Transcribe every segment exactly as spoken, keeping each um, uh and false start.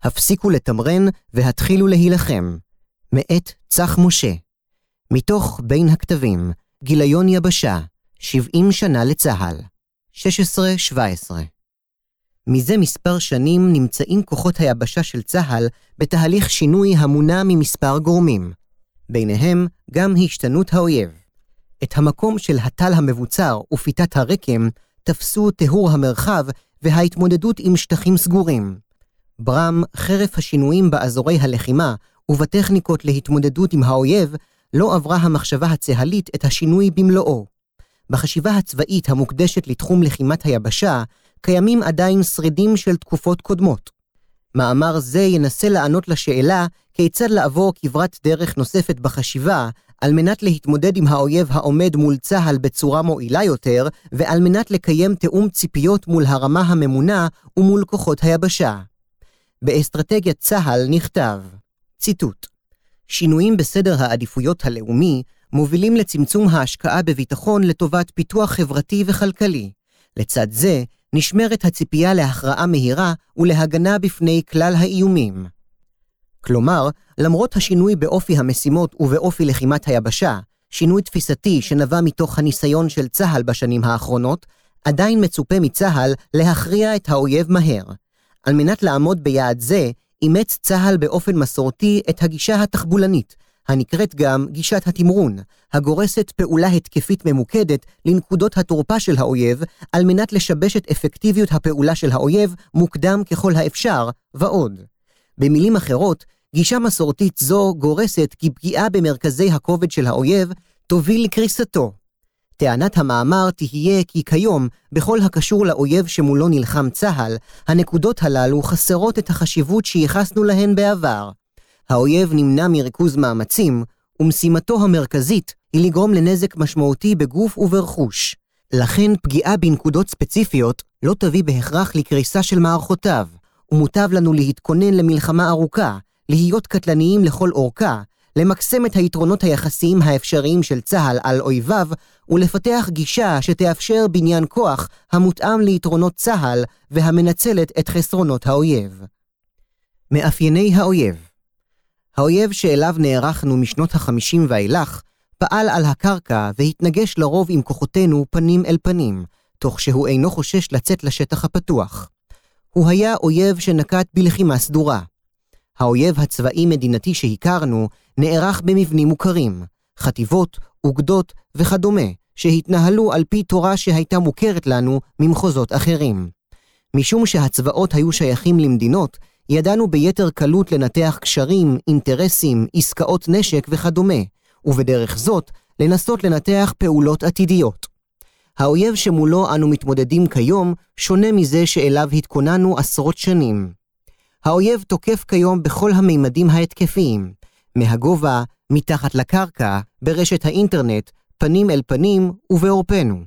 הפסיקו לתמרן והתחילו להילחם. מאת צח משה. מתוך בין הכתבים, גיליון יבשה, שבעים שנה לצהל, שש עשרה שבע עשרה. מזה מספר שנים נמצאים כוחות היבשה של צהל בתהליך שינוי המונע ממספר גורמים. ביניהם גם השתנות האויב. את המקום של הטל המבוצר ופיתת הרקם תפסו תיאור המרחב וההתמודדות עם שטחים סגורים. ברם, חרף השינויים באזורי הלחימה ובטכניקות להתמודדות עם האויב, לא עברה המחשבה הצהלית את השינוי במלואו. בחשיבה הצבאית המוקדשת לתחום לחימת היבשה, קיימים עדיין שרידים של תקופות קודמות. מאמר זה ינסה לענות לשאלה כיצד לעבור כברת דרך נוספת בחשיבה, על מנת להתמודד עם האויב העומד מול צהל בצורה מועילה יותר, ועל מנת לקיים תאום ציפיות מול הרמה הממונה ומול כוחות היבשה. באסטרטגיית צהל נכתב, ציטוט, שינויים בסדר העדיפויות הלאומי מובילים לצמצום ההשקעה בביטחון לטובת פיתוח חברתי וכלכלי. לצד זה, נשמרת הציפייה להכרעה מהירה ולהגנה בפני כלל האיומים. כלומר, למרות השינוי באופי המשימות ובאופי לחימת היבשה, שינוי תפיסתי שנבע מתוך הניסיון של צהל בשנים האחרונות, עדיין מצופה מצהל להכריע את האויב מהר. על מנת לעמוד ביעד זה, אימץ צהל באופן מסורתי את הגישה התחבולנית, הנקראת גם גישת התמרון, הגורסת פעולה התקפית ממוקדת לנקודות התורפה של האויב, על מנת לשבש את אפקטיביות הפעולה של האויב מוקדם ככל האפשר, ועוד. במילים אחרות, גישה מסורתית זו גורסת כי פגיעה במרכזי הכובד של האויב תוביל לקריסתו. טענת המאמר תהיה כי כיום, בכל הקשור לאויב שמולו נלחם צהל, הנקודות הללו חסרות את החשיבות שייחסנו להן בעבר. האויב נמנע מריכוז מאמצים, ומשימתו המרכזית היא לגרום לנזק משמעותי בגוף וברכוש. לכן פגיעה בנקודות ספציפיות לא תביא בהכרח לקריסה של מערכותיו, ומוטב לנו להתכונן למלחמה ארוכה, להיות קטלניים לכל אורכה, למקסם את היתרונות היחסיים האפשריים של צהל על אויביו, ולפתח גישה שתאפשר בניין כוח המותאם ליתרונות צהל והמנצלת את חסרונות האויב. מאפייני האויב. האויב שאליו נערכנו משנות החמישים ואילך, פעל על הקרקע והתנגש לרוב עם כוחותינו פנים אל פנים, תוך שהוא אינו חושש לצאת לשטח הפתוח. הוא היה אויב שנקט בלחימה סדורה. האויב הצבאי-מדינתי שהכרנו נערך במבנים מוכרים, חטיבות, אוגדות וכדומה, שהתנהלו על פי תורה שהייתה מוכרת לנו ממחוזות אחרים. משום שהצבאות היו שייכים למדינות, ידענו ביתר קלות לנתח קשרים, אינטרסים, עסקאות נשק וכדומה, ובדרך זאת לנסות לנתח פעולות עתידיות. האויב שמולו אנו מתמודדים כיום שונה מזה שאליו התכוננו עשרות שנים. האויב תוקף כיום בכל המימדים ההתקפיים, מהגובה, מתחת לקרקע, ברשת האינטרנט, פנים אל פנים ובעורפנו.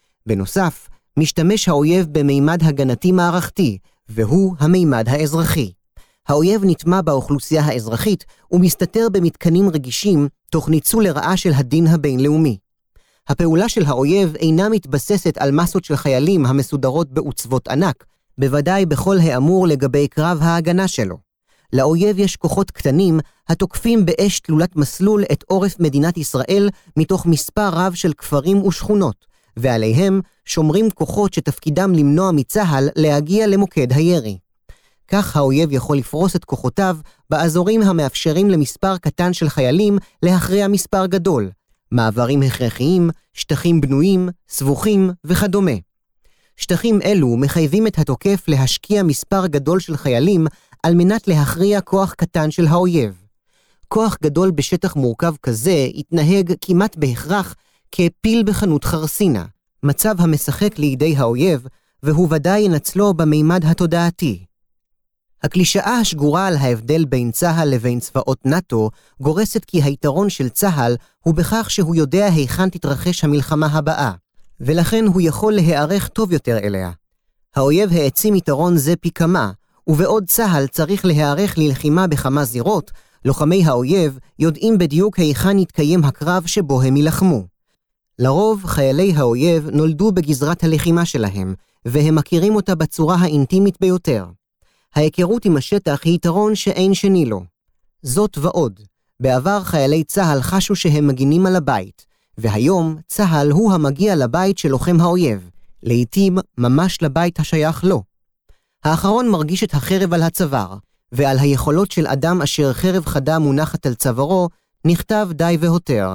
בנוסף, משתמש האויב במימד הגנתי מערכתי, והוא המימד האזרחי. האויב נטמע באוכלוסייה האזרחית ומסתתר במתקנים רגישים תוך ניצול לרעה של הדין הבינלאומי. הפעולה של האויב אינה מתבססת על מסות של חיילים המסודרות בעוצבות ענק, בוודאי בכל האמור לגבי קרב ההגנה שלו. לאויב יש כוחות קטנים התוקפים באש תלולת מסלול את עורף מדינת ישראל מתוך מספר רב של כפרים ושכונות, ועליהם שומרים כוחות שתפקידם למנוע מצהל להגיע למוקד הירי. כך האויב יכול לפרוס את כוחותיו באזורים המאפשרים למספר קטן של חיילים להכריע מספר גדול, מעברים הכרחיים, שטחים בנויים, סבוכים וכדומה. שטחים אלו מחייבים את התוקף להשקיע מספר גדול של חיילים על מנת להכריע כוח קטן של האויב. כוח גדול בשטח מורכב כזה יתנהג כמעט בהכרח כפיל בחנות חרסינה, מצב המשחק לידי האויב, והוא ודאי ינצלו במימד התודעתי. הקלישאה השגורה על ההבדל בין צהל לבין צבאות נאטו גורסת כי היתרון של צהל הוא בכך שהוא יודע היכן תתרחש המלחמה הבאה, ולכן הוא יכול להיערך טוב יותר אליה. האויב העצים יתרון זה פי כמה, ובעוד צהל צריך להיערך ללחימה בכמה זירות, לוחמי האויב יודעים בדיוק היכן יתקיים הקרב שבו הם ילחמו. לרוב חיילי האויב נולדו בגזרת הלחימה שלהם, והם מכירים אותה בצורה האינטימית ביותר. ההיכרות עם השטח היא יתרון שאין שני לו. זאת ועוד, בעבר חיילי צה"ל חשו שהם מגינים על הבית, והיום צה"ל הוא המגיע לבית של לוחם האויב, לעתים ממש לבית השייך לו. האחרון מרגיש את החרב על הצוואר, ועל היכולות של אדם אשר חרב חדה מונחת על צווארו, נכתב די והותר.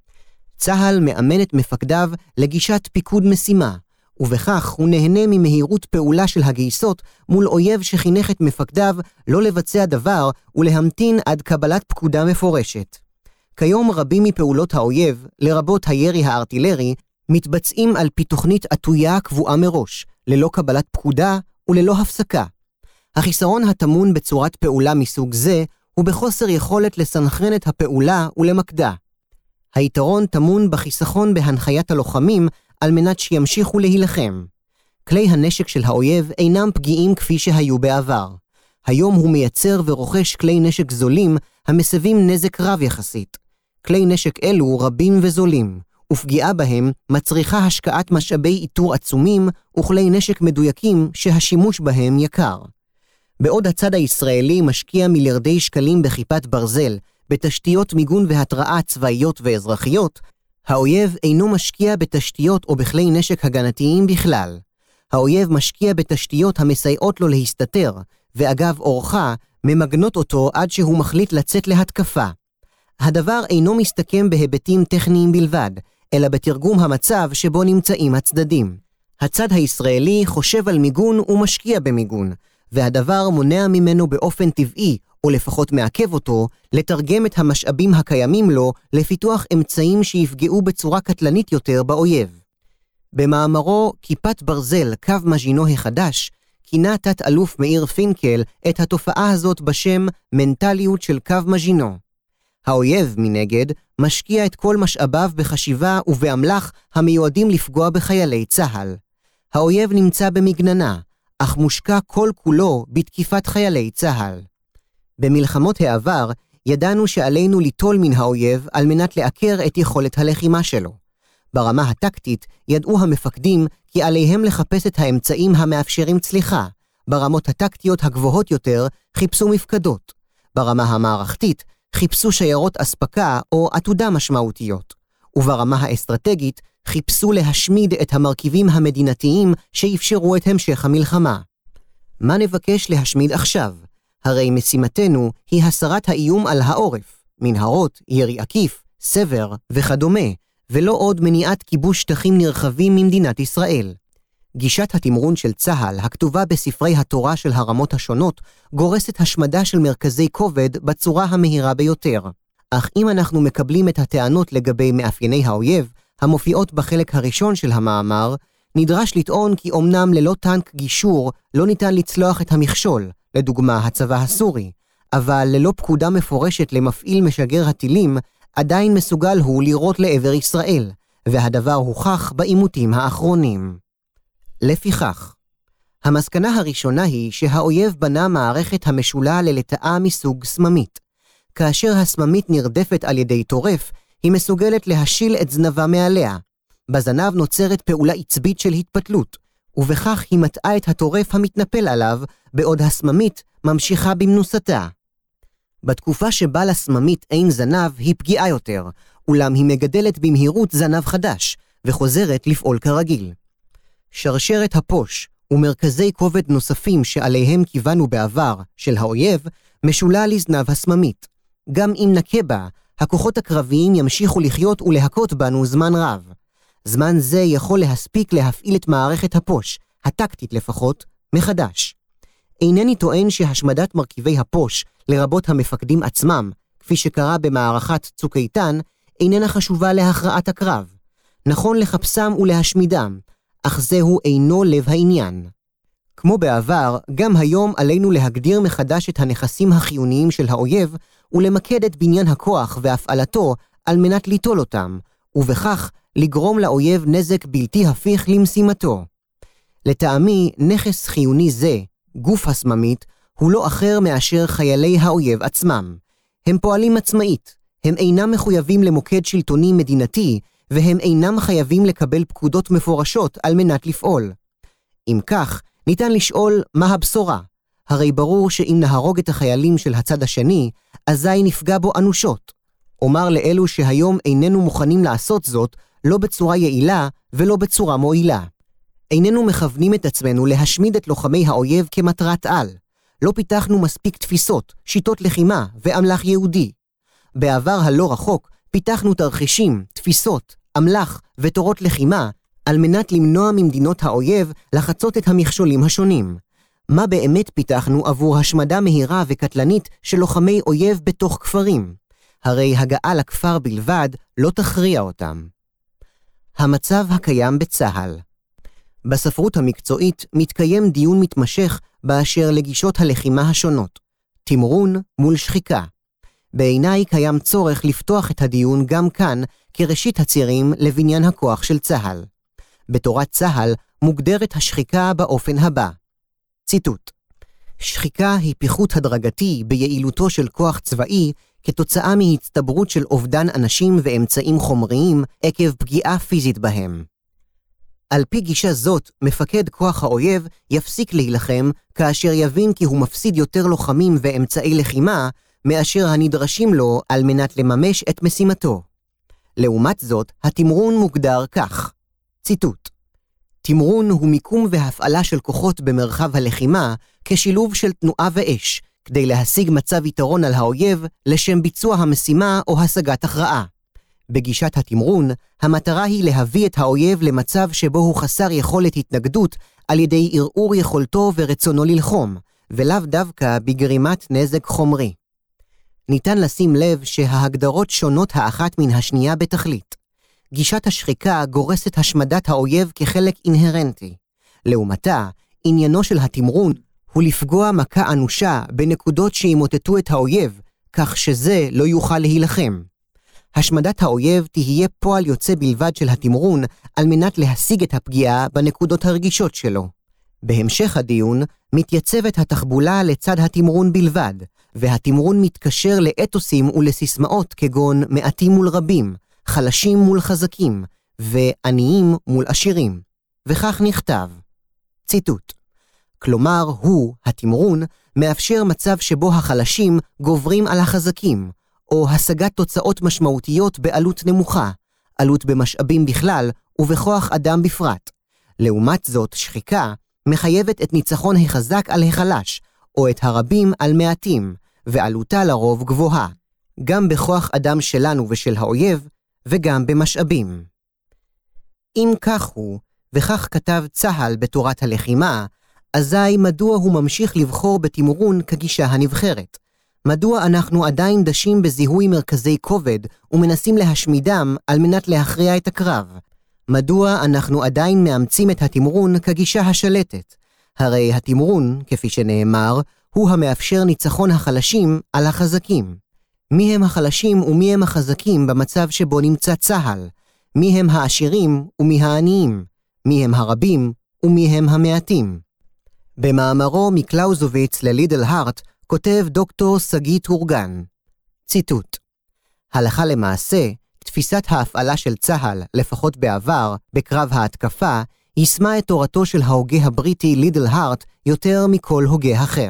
צה"ל מאמן את מפקדיו לגישת פיקוד משימה, ובכך הוא נהנה ממהירות פעולה של הגייסות מול אויב שחינך את מפקדיו לא לבצע דבר ולהמתין עד קבלת פקודה מפורשת. כיום רבים מפעולות האויב, לרבות הירי הארטילרי, מתבצעים על פי תוכנית עטויה קבועה מראש, ללא קבלת פקודה וללא הפסקה. החיסרון הטמון בצורת פעולה מסוג זה הוא בחוסר יכולת לסנכרן את הפעולה ולמקדה. היתרון טמון בחיסכון בהנחיית הלוחמים על מנת שימשיכו להילחם. כלי הנשק של האויב אינם פגיעים כפי שהיו בעבר. היום הוא מייצר ורוכש כלי נשק זולים המסבים נזק רב יחסית. כלי נשק אלו רבים וזולים, ופגיעה בהם מצריכה השקעת משאבי איתור עצומים וכלי נשק מדויקים שהשימוש בהם יקר. בעוד הצד הישראלי משקיע מיליארדי שקלים בכיפת ברזל, בתשתיות מיגון והתראה צבאיות ואזרחיות, האויב אינו משקיע בתשתיות או בכלי נשק הגנתיים בכלל. האויב משקיע בתשתיות המסייעות לו להסתתר, ואגב אורחה, ממגנות אותו עד שהוא מחליט לצאת להתקפה. הדבר אינו מסתכם בהיבטים טכניים בלבד, אלא בתרגום המצב שבו נמצאים הצדדים. הצד הישראלי חושב על מיגון ומשקיע במיגון, והדבר מונע ממנו באופן טבעי, או לפחות מעכב אותו, לתרגם את המשאבים הקיימים לו לפיתוח אמצעים שיפגעו בצורה קטלנית יותר באויב. במאמרו כיפת ברזל קו מז'ינו החדש, כינה תת-אלוף מאיר פינקל את התופעה הזאת בשם מנטליות של קו מז'ינו. האויב מנגד משקיע את כל משאביו בחשיבה ובאמל"ח המיועדים לפגוע בחיילי צה"ל. האויב נמצא במגננה, אך מושקע כל כולו בתקיפת חיילי צה"ל. במלחמות העבר ידענו שעלינו ליטול מן האויב על מנת לעקר את יכולת הלחימה שלו. ברמה הטקטית ידעו המפקדים כי עליהם לחפש את האמצעים המאפשרים צליחה. ברמות הטקטיות הגבוהות יותר חיפשו מפקדות. ברמה המערכתית חיפשו שיירות אספקה או עתודה משמעותיות. וברמה האסטרטגית חיפשו להשמיד את המרכיבים המדינתיים שאפשרו את המשך המלחמה. מה נבקש להשמיד עכשיו? הרי משימתנו היא הסרת האיום על העורף, מנהרות, ירי עקיף, סבר וכדומה, ולא עוד מניעת כיבוש שטחים נרחבים ממדינת ישראל. גישת התמרון של צה"ל, הכתובה בספרי התורה של הרמות השונות, גורסת השמדה של מרכזי כובד בצורה המהירה ביותר. אך אם אנחנו מקבלים את הטענות לגבי מאפייני האויב, המופיעות בחלק הראשון של המאמר, נדרש לטעון כי אומנם ללא טנק גישור לא ניתן לצלוח את המכשול, לדוגמה הצבא הסורי, אבל ללא פקודה מפורשת למפעיל משגר הטילים, עדיין מסוגל הוא לירות לעבר ישראל, והדבר הוכח בעימותים האחרונים. לפיכך, המסקנה הראשונה היא שהאויב בנה מערכת המשולה ללטאה מסוג סממית. כאשר הסממית נרדפת על ידי טורף, היא מסוגלת להשיל את זנבה מעליה. בזנב נוצרת פעולה עצבית של התפתלות, ובכך היא מטעה את הטורף המתנפל עליו, בעוד הסממית ממשיכה במנוסתה. בתקופה שבה לסממית אין זנב היא פגיעה יותר, אולם היא מגדלת במהירות זנב חדש, וחוזרת לפעול כרגיל. שרשרת הפוש ומרכזי כובד נוספים שעליהם כיוונו בעבר של האויב, משולה לזנב הסממית. גם אם נקה בה, הכוחות הקרביים ימשיכו לחיות ולהכות בנו זמן רב. זמן זה יכול להספיק להפעיל את מערכת הפוש, הטקטית לפחות, מחדש. אינני טוען שהשמדת מרכיבי הפוש, לרבות המפקדים עצמם, כפי שקרה במערכת צוק איתן, איננה חשובה להכרעת הקרב. נכון לחפשם ולהשמידם, אך זהו אינו לב העניין. כמו בעבר, גם היום עלינו להגדיר מחדש את הנכסים החיוניים של האויב, ולמקד את בניין הכוח והפעלתו על מנת ליטול אותם, ובכך לגרום לאויב נזק בלתי הפיך למשימתו. לטעמי, נכס חיוני זה, גוף הסממית, הוא לא אחר מאשר חיילי האויב עצמם. הם פועלים עצמאית, הם אינם מחויבים למוקד שלטוני מדינתי, והם אינם חייבים לקבל פקודות מפורשות על מנת לפעול. אם כך, ניתן לשאול מה הבשורה. הרי ברור שאם נהרוג את החיילים של הצד השני, אזי נפגע בו אנושות. אומר לאלו שהיום איננו מוכנים לעשות זאת, לא בצורה יעילה ולא בצורה מועילה. איננו מכוונים את עצמנו להשמיד את לוחמי האויב כמטרת על. לא פיתחנו מספיק תפיסות, שיטות לחימה ואמל"ח יהודי. בעבר הלא רחוק פיתחנו תרחישים, תפיסות, אמל"ח ותורות לחימה, על מנת למנוע ממדינות האויב לחצות את המכשולים השונים. מה באמת פיתחנו עבור השמדה מהירה וקטלנית של לוחמי אויב בתוך כפרים? הרי הגעה לכפר בלבד לא תכריע אותם. המצב הקיים בצה"ל. בספרות המקצועית מתקיים דיון מתמשך באשר לגישות הלחימה השונות, תמרון מול שחיקה. בעיניי קיים צורך לפתוח את הדיון גם כאן כראשית הצירים לבניין הכוח של צה"ל. בתורת צה"ל מוגדרת השחיקה באופן הבא. ציטוט: שחיקה היא פיחות הדרגתי ביעילותו של כוח צבאי כתוצאה מהצטברות של אובדן אנשים ואמצעים חומריים עקב פגיעה פיזית בהם. על פי גישה זאת, מפקד כוח האויב יפסיק להילחם כאשר יבין כי הוא מפסיד יותר לוחמים ואמצעי לחימה מאשר הנדרשים לו על מנת לממש את משימתו. לעומת זאת, התמרון מוגדר כך. ציטוט: תמרון הוא מיקום והפעלה של כוחות במרחב הלחימה כשילוב של תנועה ואש, כדי להשיג מצב יתרון על האויב לשם ביצוע המשימה או השגת הכרעה. בגישת התמרון, המטרה היא להביא את האויב למצב שבו הוא חסר יכולת התנגדות על ידי ערעור יכולתו ורצונו ללחום, ולאו דווקא בגרימת נזק חומרי. ניתן לשים לב שההגדרות שונות האחת מן השנייה בתכלית. גישת השחיקה גורסת השמדת האויב כחלק אינהרנטי. לעומתה, עניינו של התמרון הוא לפגוע מכה אנושה בנקודות שימוטטו את האויב, כך שזה לא יוכל להילחם. השמדת האויב תהיה פועל יוצא בלבד של התמרון על מנת להשיג את הפגיעה בנקודות הרגישות שלו. בהמשך הדיון מתייצבת התחבולה לצד התמרון בלבד, והתמרון מתקשר לאתוסים ולסיסמאות כגון מעטים מול רבים, חלשים מול חזקים, ועניים מול עשירים. וכך נכתב. ציטוט: כלומר הוא, התמרון, מאפשר מצב שבו החלשים גוברים על החזקים, או השגת תוצאות משמעותיות בעלות נמוכה, עלות במשאבים בכלל ובכוח אדם בפרט. לעומת זאת, שחיקה מחייבת את ניצחון החזק על החלש, או את הרבים על מעטים, ועלותה לרוב גבוהה, גם בכוח אדם שלנו ושל האויב, וגם במשאבים. אם כך הוא, וכך כתב צה"ל בתורת הלחימה, אזי מדוע הוא ממשיך לבחור בתמרון כגישה הנבחרת? מדוע אנחנו עדיין דשים בזיהוי מרכזי כובד ומנסים להשמידם על מנת להכריע את הקרב? מדוע אנחנו עדיין מאמצים את התמרון כגישה השלטת? הרי התמרון, כפי שנאמר, הוא המאפשר ניצחון החלשים על החזקים. מי הם החלשים ומי הם החזקים במצב שבו נמצא צה"ל? מי הם העשירים ומי העניים? מי הם הרבים ומי הם המעטים? במאמרו מקלאוזוביץ ללידל הארט כותב דוקטור סגי טורגן. ציטוט: הלכה למעשה, תפיסת ההפעלה של צה"ל, לפחות בעבר, בקרב ההתקפה, יישמה את תורתו של ההוגה הבריטי לידל הארט יותר מכל הוגה אחר.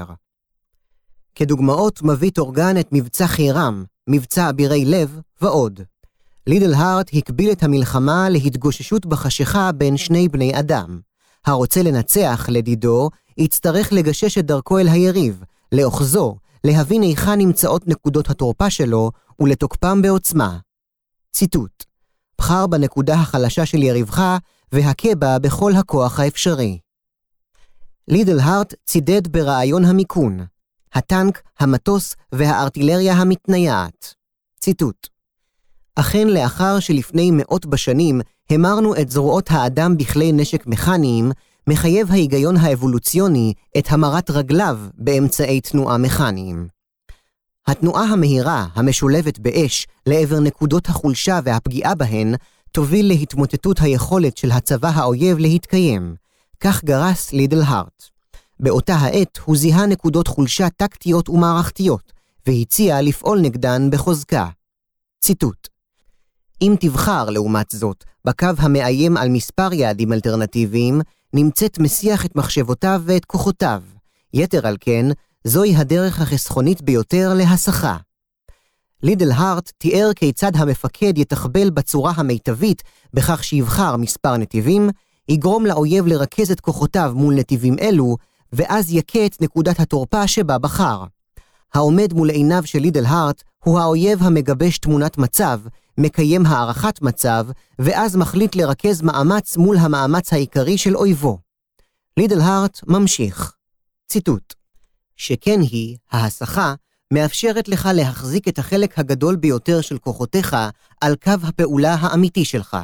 כדוגמאות מביא טורגן את מבצע חירם, מבצע אבירי לב ועוד. לידל הארט הקביל את המלחמה להתגוששות בחשיכה בין שני בני אדם. הרוצה לנצח, לדידו, יצטרך לגשש את דרכו אל היריב, לאוחזו, להבין היכן נמצאות נקודות התורפה שלו ולתוקפם בעוצמה. ציטוט: בחר בנקודה החלשה של יריבך והכה בה בכל הכוח האפשרי. לידל הארט צידד ברעיון המיקון, הטנק, המטוס והארטילריה המתנייעת. ציטוט: אכן לאחר שלפני מאות בשנים המרנו את זרועות האדם בכלי נשק מכניים, מחייב ההיגיון האבולוציוני את המרת רגליו באמצעי תנועה מכניים. התנועה המהירה, המשולבת באש, לעבר נקודות החולשה והפגיעה בהן, תוביל להתמוטטות היכולת של הצבא האויב להתקיים. כך גרס לידל הארט. באותה העת הוא זיהה נקודות חולשה טקטיות ומערכתיות, והציע לפעול נגדן בחוזקה. ציטוט: אם תבחר, לעומת זאת, בקו המאיים על מספר יעדים אלטרנטיביים, נמצאת מסיח את מחשבותיו ואת כוחותיו. יתר על כן, זוהי הדרך החסכונית ביותר להסחה. לידל הארט תיאר כיצד המפקד יתחבל בצורה המיטבית בכך שיבחר מספר נתיבים, יגרום לאויב לרכז את כוחותיו מול נתיבים אלו, ואז יקה את נקודת התורפה שבה בחר. העומד מול עיניו של לידל הארט הוא האויב המגבש תמונת מצב, מקיים הערכת מצב, ואז מחליט לרכז מאמץ מול המאמץ העיקרי של אויבו. לידל הארט ממשיך. ציטוט: שכן היא, ההסחה, מאפשרת לך להחזיק את החלק הגדול ביותר של כוחותיך על קו הפעולה האמיתי שלך.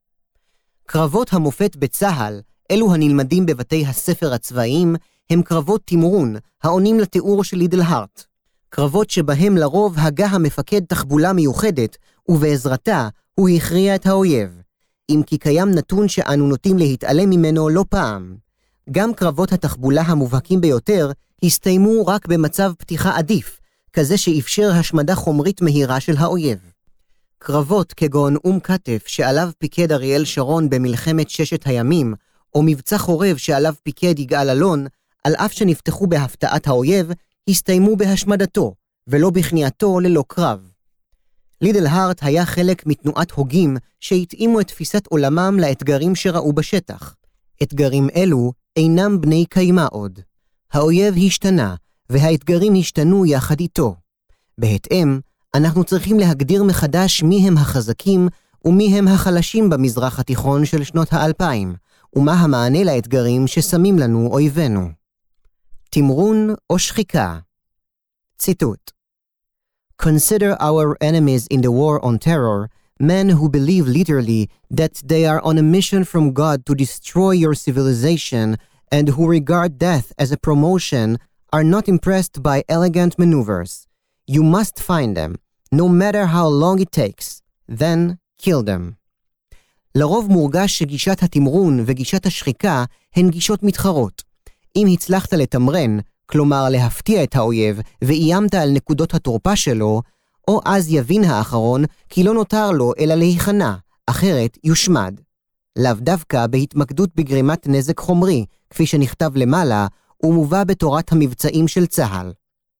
קרבות המופת בצהל, אלו הנלמדים בבתי הספר הצבאיים, הם קרבות תמרון, העונים לתיאור של לידל הארט. קרבות שבהם לרוב הגה המפקד תחבולה מיוחדת, ובעזרתה הוא הכריע את האויב. אם כי קיים נתון שאנו נוטים להתעלם ממנו לא פעם. גם קרבות התחבולה המובהקים ביותר הסתיימו רק במצב פתיחה עדיף, כזה שאפשר השמדה חומרית מהירה של האויב. קרבות כגון אום כתף שעליו פיקד אריאל שרון במלחמת ששת הימים, או מבצע חורב שעליו פיקד יגאל אלון, על אף שנפתחו בהפתעת האויב, הסתיימו בהשמדתו, ולא בכניעתו ללא קרב. לידל הארט היה חלק מתנועת הוגים שהתאימו את תפיסת עולמם לאתגרים שראו בשטח. אתגרים אלו אינם בני קיימה עוד. האויב השתנה, והאתגרים השתנו יחד איתו. בהתאם, אנחנו צריכים להגדיר מחדש מי הם החזקים ומי הם החלשים במזרח התיכון של שנות האלפיים, ומה המענה לאתגרים ששמים לנו אויבינו. תמרון או שחיקה. ציטוט: Consider our enemies in the war on terror, men who believe literally that they are on a mission from God to destroy your civilization and who regard death as a promotion are not impressed by elegant maneuvers. You must find them, no matter how long it takes, then kill them. לרוב מורגש שגישת התמרון וגישת השחיקה הן גישות מתחרות. אם הצלחת לתמרן, כלומר להפתיע את האויב ואיימת על נקודות התורפה שלו, או אז יבין האחרון כי לא נותר לו אלא להיכנע, אחרת יושמד. לאו דווקא בהתמקדות בגרימת נזק חומרי, כפי שנכתב למעלה, ומובא בתורת המבצעים של צה"ל.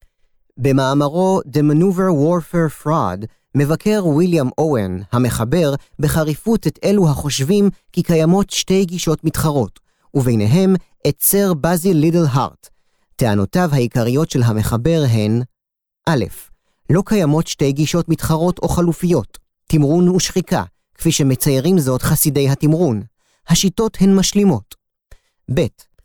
במאמרו The Maneuver Warfare Fraud, מבקר וויליאם אוון, המחבר, בחריפות את אלו החושבים כי קיימות שתי גישות מתחרות, וביניהם את סר בזיל לידל הארט. טענותיו העיקריות של המחבר הן: א', לא קיימות שתי גישות מתחרות או חלופיות, תמרון ושחיקה, כפי שמציירים זאת חסידי התמרון. השיטות הן משלימות. ב',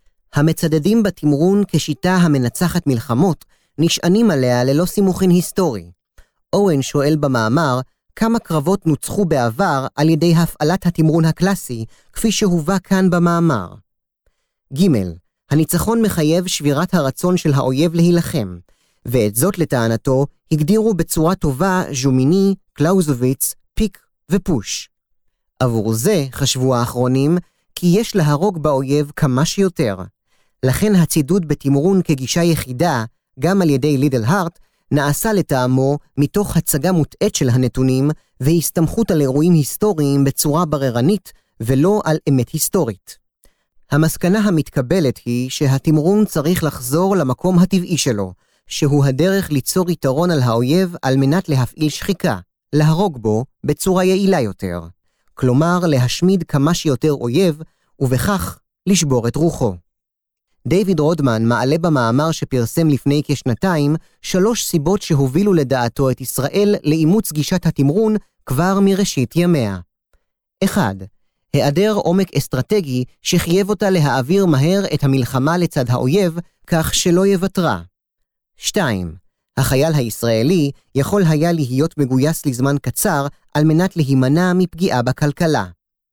המצדדים בתמרון כשיטה המנצחת מלחמות, נשענים עליה ללא סימוכין היסטורי. אוון שואל במאמר, כמה קרבות נוצחו בעבר על ידי הפעלת התמרון הקלאסי, כפי שהובא כאן במאמר. ג', הניצחון מחייב שבירת הרצון של האויב להילחם, ואת זאת לטענתו הגדירו בצורה טובה ז'ומיני, קלאוזוביץ, פיק ופוש. עבור זה חשבו האחרונים כי יש להרוג באויב כמה שיותר. לכן הצידוד בתמרון כגישה יחידה, גם על ידי לידל הארט, נעשה לטעמו מתוך הצגה מוטעת של הנתונים והסתמכות על אירועים היסטוריים בצורה בררנית ולא על אמת היסטורית. המסקנה המתקבלת היא שהתמרון צריך לחזור למקום הטבעי שלו, שהוא הדרך ליצור יתרון על האויב על מנת להפעיל שחיקה, להרוג בו בצורה יעילה יותר. כלומר, להשמיד כמה שיותר אויב, ובכך לשבור את רוחו. דיוויד רודמן מעלה במאמר שפרסם לפני כשנתיים שלוש סיבות שהובילו לדעתו את ישראל לאימוץ גישת התמרון כבר מראשית ימיה. אחד, היעדר עומק אסטרטגי שחייב אותה להעביר מהר את המלחמה לצד האויב כך שלא יוותרה. שתיים, החייל הישראלי יכול היה להיות מגויס לזמן קצר על מנת להימנע מפגיעה בכלכלה.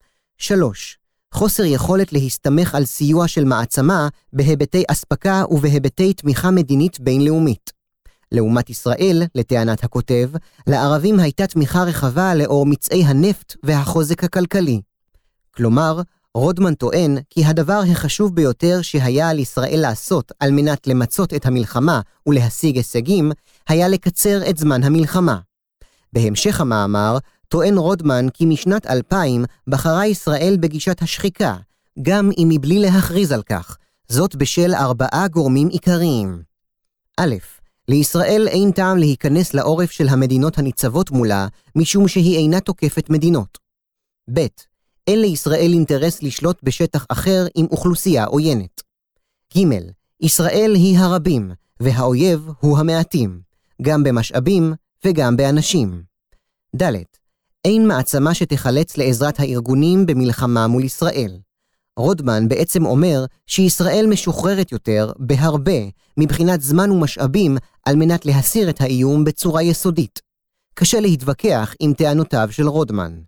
שלוש, חוסר יכולת להסתמך על סיוע של מעצמה בהיבטי אספקה ובהיבטי תמיכה מדינית בינלאומית. לעומת ישראל, לטענת הכותב, לערבים הייתה תמיכה רחבה לאור מצאי הנפט והחוזק הכלכלי. כלומר, רודמן טוען כי הדבר החשוב ביותר שהיה על ישראל לעשות על מנת למצות את המלחמה ולהשיג הישגים, היה לקצר את זמן המלחמה. בהמשך המאמר, טוען רודמן כי משנת אלפיים בחרה ישראל בגישת השחיקה, גם אם מבלי להכריז על כך, זאת בשל ארבעה גורמים עיקריים. א', לישראל אין טעם להיכנס לעורף של המדינות הניצבות מולה, משום שהיא אינה תוקפת מדינות. ב', אין לישראל אינטרס לשלוט בשטח אחר עם אוכלוסייה עוינת. ג', ישראל היא הרבים, והאויב הוא המעטים, גם במשאבים וגם באנשים. ד', אין מעצמה שתחלץ לעזרת הארגונים במלחמה מול ישראל. רודמן בעצם אומר שישראל משוחררת יותר בהרבה מבחינת זמן ומשאבים על מנת להסיר את האיום בצורה יסודית. קשה להתווכח עם טענותיו של רודמן.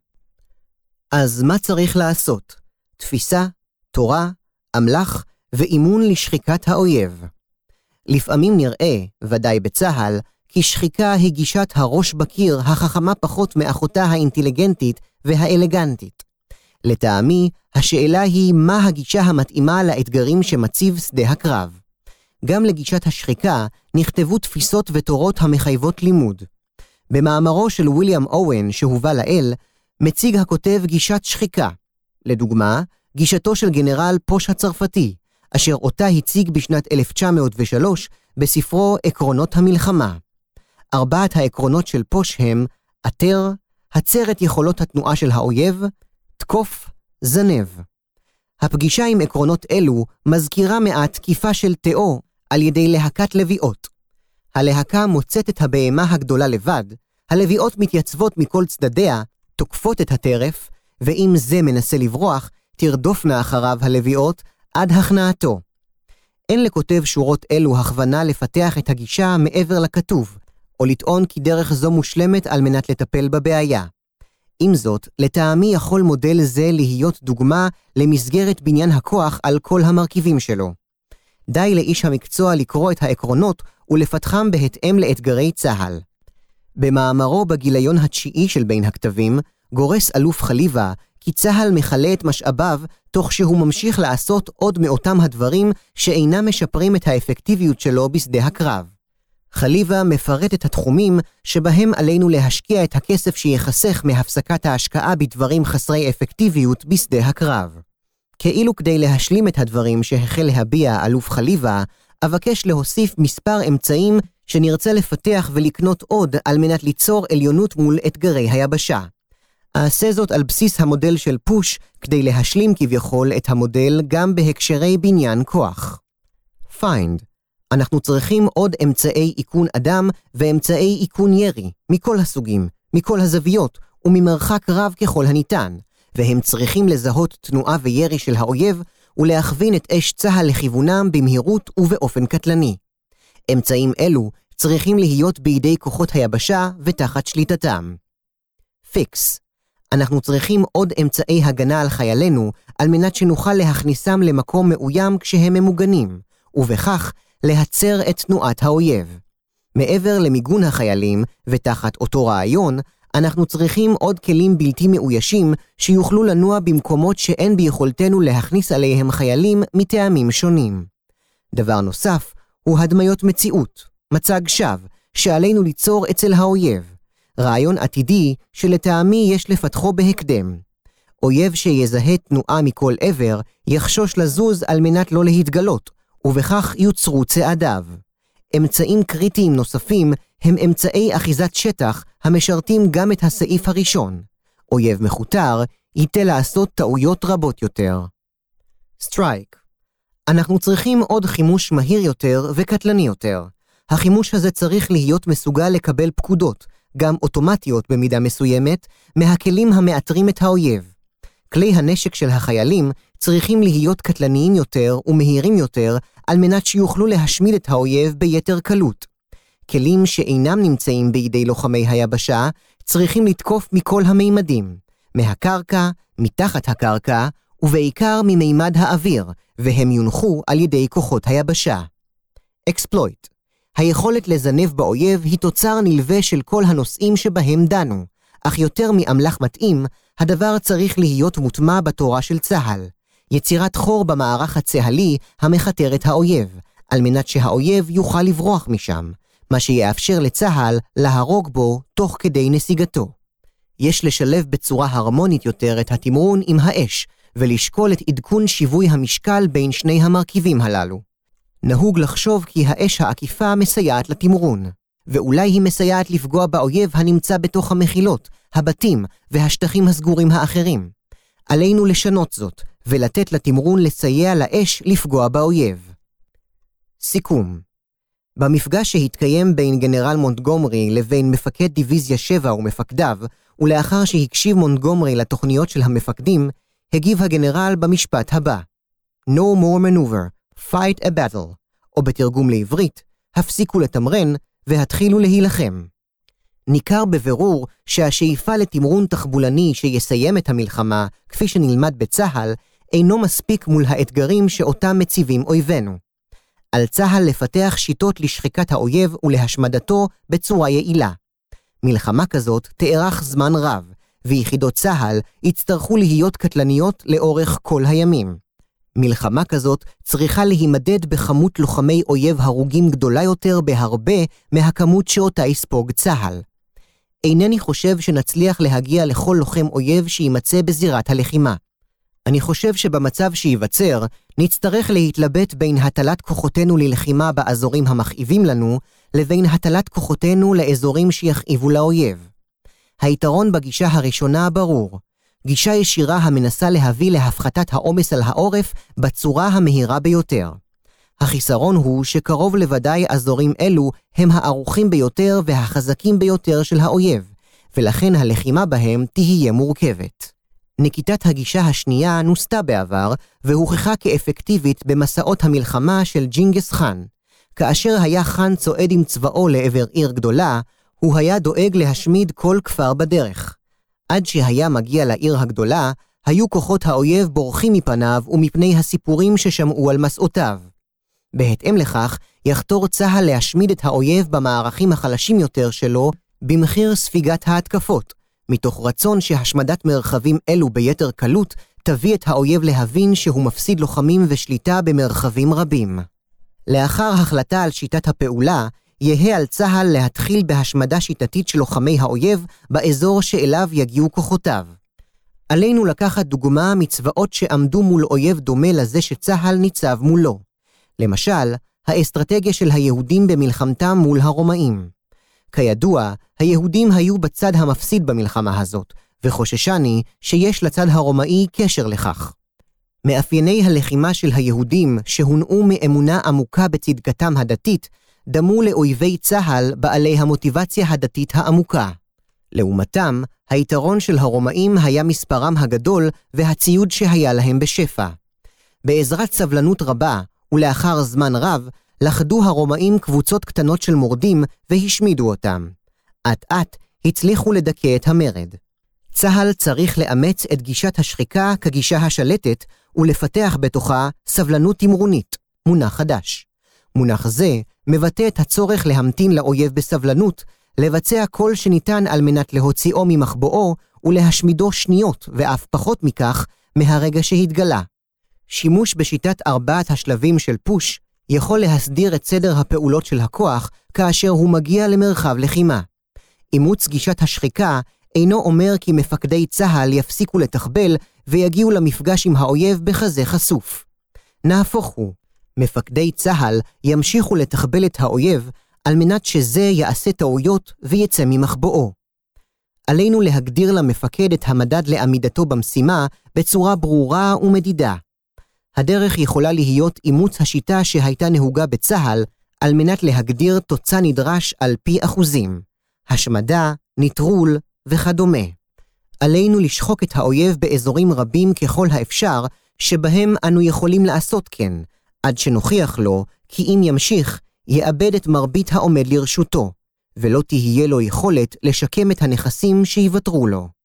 אז מה צריך לעשות? תפיסה, תורה, אמל"ח ואימון לשחיקת האויב. לפעמים נראה, ודאי בצה"ל, כי שחיקה היא גישת הראש בקיר החכמה פחות מאחותה האינטליגנטית והאלגנטית. לטעמי, השאלה היא מה הגישה המתאימה לאתגרים שמציב שדה הקרב. גם לגישת השחיקה נכתבו תפיסות ותורות המחייבות לימוד. במאמרו של וויליאם אוון שהובא לאל, מציג הכותב גישת שחיקה. לדוגמה, גישתו של גנרל פוש הצרפתי, אשר אותה הציג בשנת אלף תשע מאות ושלוש בספרו עקרונות המלחמה. ארבעת העקרונות של פוש הם עטר, הצר את יכולות התנועה של האויב, תקוף, זנב. הפגישה עם עקרונות אלו מזכירה מעט תקיפה של תאו על ידי להקת לביאות. הלהקה מוצאת את הבהמה הגדולה לבד, הלביאות מתייצבות מכל צדדיה, תוקפות את הטרף, ואם זה מנסה לברוח, תרדופנה אחריו הלביאות עד הכנעתו. אין לכותב שורות אלו הכוונה לפתח את הגישה מעבר לכתוב, או לטעון כי דרך זו מושלמת על מנת לטפל בבעיה. עם זאת, לטעמי יכול מודל זה להיות דוגמה למסגרת בניין הכוח על כל המרכיבים שלו. די לאיש המקצוע לקרוא את העקרונות ולפתחם בהתאם לאתגרי צה"ל. במאמרו בגיליון התשיעי של בין הכתבים, גורס אלוף חליבה כי צה"ל מחלה את משאביו תוך שהוא ממשיך לעשות עוד מאותם הדברים שאינם משפרים את האפקטיביות שלו בשדה הקרב. חליבה מפרט את התחומים שבהם עלינו להשקיע את הכסף שיחסך מהפסקת ההשקעה בדברים חסרי אפקטיביות בשדה הקרב. כאילו כדי להשלים את הדברים שהחל להביע אלוף חליבה, אבקש להוסיף מספר אמצעים שנרצה לפתח ולקנות עוד על מנת ליצור עליונות מול אתגרי היבשה. אעשה זאת על בסיס המודל של פוש כדי להשלים כביכול את המודל גם בהקשרי בניין כוח. Find. אנחנו צריכים עוד אמצעי איכון אדם ואמצעי איכון ירי, מכל הסוגים, מכל הזוויות וממרחק רב ככל הניתן, והם צריכים לזהות תנועה וירי של האויב ולהכווין את אש צהל לכיוונם במהירות ובאופן קטלני. אמצעים אלו צריכים להיות בידי כוחות היבשה ותחת שליטתם. פיקס. אנחנו צריכים עוד אמצעי הגנה על חיילינו על מנת שנוכל להכניסם למקום מאוים כשהם ממוגנים, ובכך להצר את תנועת האויב. מעבר למיגון החיילים ותחת אותו רעיון, אנחנו צריכים עוד כלים בלתי מאוישים שיוכלו לנוע במקומות שאין ביכולתנו להכניס עליהם חיילים מטעמים שונים. דבר נוסף הוא הדמיות מציאות, מצג שווא, שעלינו ליצור אצל האויב. רעיון עתידי שלטעמי יש לפתחו בהקדם. אויב שיזהה תנועה מכל עבר יחשוש לזוז על מנת לא להתגלות, ובכך יוצרו צעדיו. אמצעים קריטיים נוספים הם אמצעי אחיזת שטח המשרתים גם את הסעיף הראשון. אויב מחותר ייתה לעשות טעויות רבות יותר. סטרייק. אנחנו צריכים עוד חימוש מהיר יותר וקטלני יותר. החימוש הזה צריך להיות מסוגל לקבל פקודות, גם אוטומטיות במידה מסוימת, מהכלים המאתרים את האויב. כלי הנשק של החיילים צריכים להיות קטלניים יותר ומהירים יותר על מנת שיוכלו להשמיד את האויב ביתר קלות. כלים שאינם נמצאים בידי לוחמי היבשה צריכים לתקוף מכל המימדים, מהקרקע, מתחת הקרקע ובעיקר ממימד האוויר, והם יונחו על ידי כוחות היבשה. אקספלויט. היכולת לזנב באויב היא תוצר נלווה של כל הנושאים שבהם דנו, אך יותר מאמל"ח מתאים, הדבר צריך להיות מוטמע בתורה של צה"ל. יצירת חור במערך הצהלי המחתר את האויב, על מנת שהאויב יוכל לברוח משם, מה שיאפשר לצה"ל להרוג בו תוך כדי נסיגתו. יש לשלב בצורה הרמונית יותר את התמרון עם האש, ולשקול את עדכון שיווי המשקל בין שני המרכיבים הללו. נהוג לחשוב כי האש העקיפה מסייעת לתמרון, ואולי היא מסייעת לפגוע באויב הנמצא בתוך המחילות, הבתים והשטחים הסגורים האחרים. עלינו לשנות זאת, ולתת לתמרון לסייע לאש לפגוע באויב. סיכום. במפגש שהתקיים בין גנרל מונטגומרי לבין מפקד דיוויזיה שבע ומפקדיו, ולאחר שהקשיב מונטגומרי לתוכניות של המפקדים, הגיב הגנרל במשפט הבא: No more maneuver, fight a battle, או בתרגום לעברית, הפסיקו לתמרן והתחילו להילחם. ניכר בבירור שהשאיפה לתמרון תחבולני שיסיים את המלחמה, כפי שנלמד בצה"ל, אינו מספיק מול האתגרים שאותם מציבים אויבינו. על צה"ל לפתח שיטות לשחיקת האויב ולהשמדתו בצורה יעילה. מלחמה כזאת תארך זמן רב, ויחידות צה"ל יצטרכו להיות קטלניות לאורך כל הימים. מלחמה כזאת צריכה להימדד בכמות לוחמי אויב הרוגים גדולה יותר בהרבה מהכמות שאותה יספוג צה"ל. אינני חושב שנצליח להגיע לכל לוחם אויב שימצא בזירת הלחימה. אני חושב שבמצב שיווצר, נצטרך להתלבט בין הטלת כוחותינו ללחימה באזורים המכאיבים לנו, לבין הטלת כוחותינו לאזורים שיכאיבו לאויב. היתרון בגישה הראשונה ברור. גישה ישירה המנסה להביא להפחתת העומס על העורף בצורה המהירה ביותר. החיסרון הוא שקרוב לוודאי אזורים אלו הם הערוכים ביותר והחזקים ביותר של האויב, ולכן הלחימה בהם תהיה מורכבת. נקיטת הגישה השנייה נוסתה בעבר, והוכחה כאפקטיבית במסעות המלחמה של ג'ינגס חאן. כאשר היה חאן צועד עם צבאו לעבר עיר גדולה, הוא היה דואג להשמיד כל כפר בדרך. עד שהיה מגיע לעיר הגדולה, היו כוחות האויב בורחים מפניו ומפני הסיפורים ששמעו על מסעותיו. בהתאם לכך, יחתור צה"ל להשמיד את האויב במערכים החלשים יותר שלו, במחיר ספיגת ההתקפות, מתוך רצון שהשמדת מרחבים אלו ביתר קלות תביא את האויב להבין שהוא מפסיד לוחמים ושליטה במרחבים רבים. לאחר החלטה על שיטת הפעולה, יהיה על צה"ל להתחיל בהשמדה שיטתית של לוחמי האויב באזור שאליו יגיעו כוחותיו. עלינו לקחת דוגמה מצבאות שעמדו מול אויב דומה לזה שצה"ל ניצב מולו. למשל, האסטרטגיה של היהודים במלחמתם מול הרומאים. כידוע, היהודים היו בצד המפסיד במלחמה הזאת, וחוששני שיש לצד הרומאי קשר לכך. מאפייני הלחימה של היהודים שהונעו מאמונה עמוקה בצדקתם הדתית, דמו לאויבי צה"ל בעלי המוטיבציה הדתית העמוקה. לעומתם, היתרון של הרומאים היה מספרם הגדול והציוד שהיה להם בשפע. בעזרת סבלנות רבה, ולאחר זמן רב, לחדו הרומאים קבוצות קטנות של מורדים והשמידו אותם. עט עט הצליחו לדכא את המרד. צה"ל צריך לאמץ את גישת השחיקה כגישה השלטת ולפתח בתוכה סבלנות תמרונית, מונח חדש. מונח זה מבטא את הצורך להמתין לאויב בסבלנות, לבצע כל שניתן על מנת להוציאו ממחבואו ולהשמידו שניות ואף פחות מכך מהרגע שהתגלה. שימוש בשיטת ארבעת השלבים של פוש יכול להסדיר את סדר הפעולות של הכוח כאשר הוא מגיע למרחב לחימה. אימוץ גישת השחיקה אינו אומר כי מפקדי צה"ל יפסיקו לתחבל ויגיעו למפגש עם האויב בחזה חשוף. נהפוך הוא, מפקדי צה"ל ימשיכו לתחבל את האויב על מנת שזה יעשה טעויות ויצא ממחבואו. עלינו להגדיר למפקד את המדד לעמידתו במשימה בצורה ברורה ומדידה. הדרך יכולה להיות אימוץ השיטה שהייתה נהוגה בצה"ל על מנת להגדיר תוצא נדרש על פי אחוזים, השמדה, נטרול וכדומה. עלינו לשחוק את האויב באזורים רבים ככל האפשר שבהם אנו יכולים לעשות כן, עד שנוכיח לו כי אם ימשיך, יאבד את מרבית העומד לרשותו, ולא תהיה לו יכולת לשקם את הנכסים שיוותרו לו.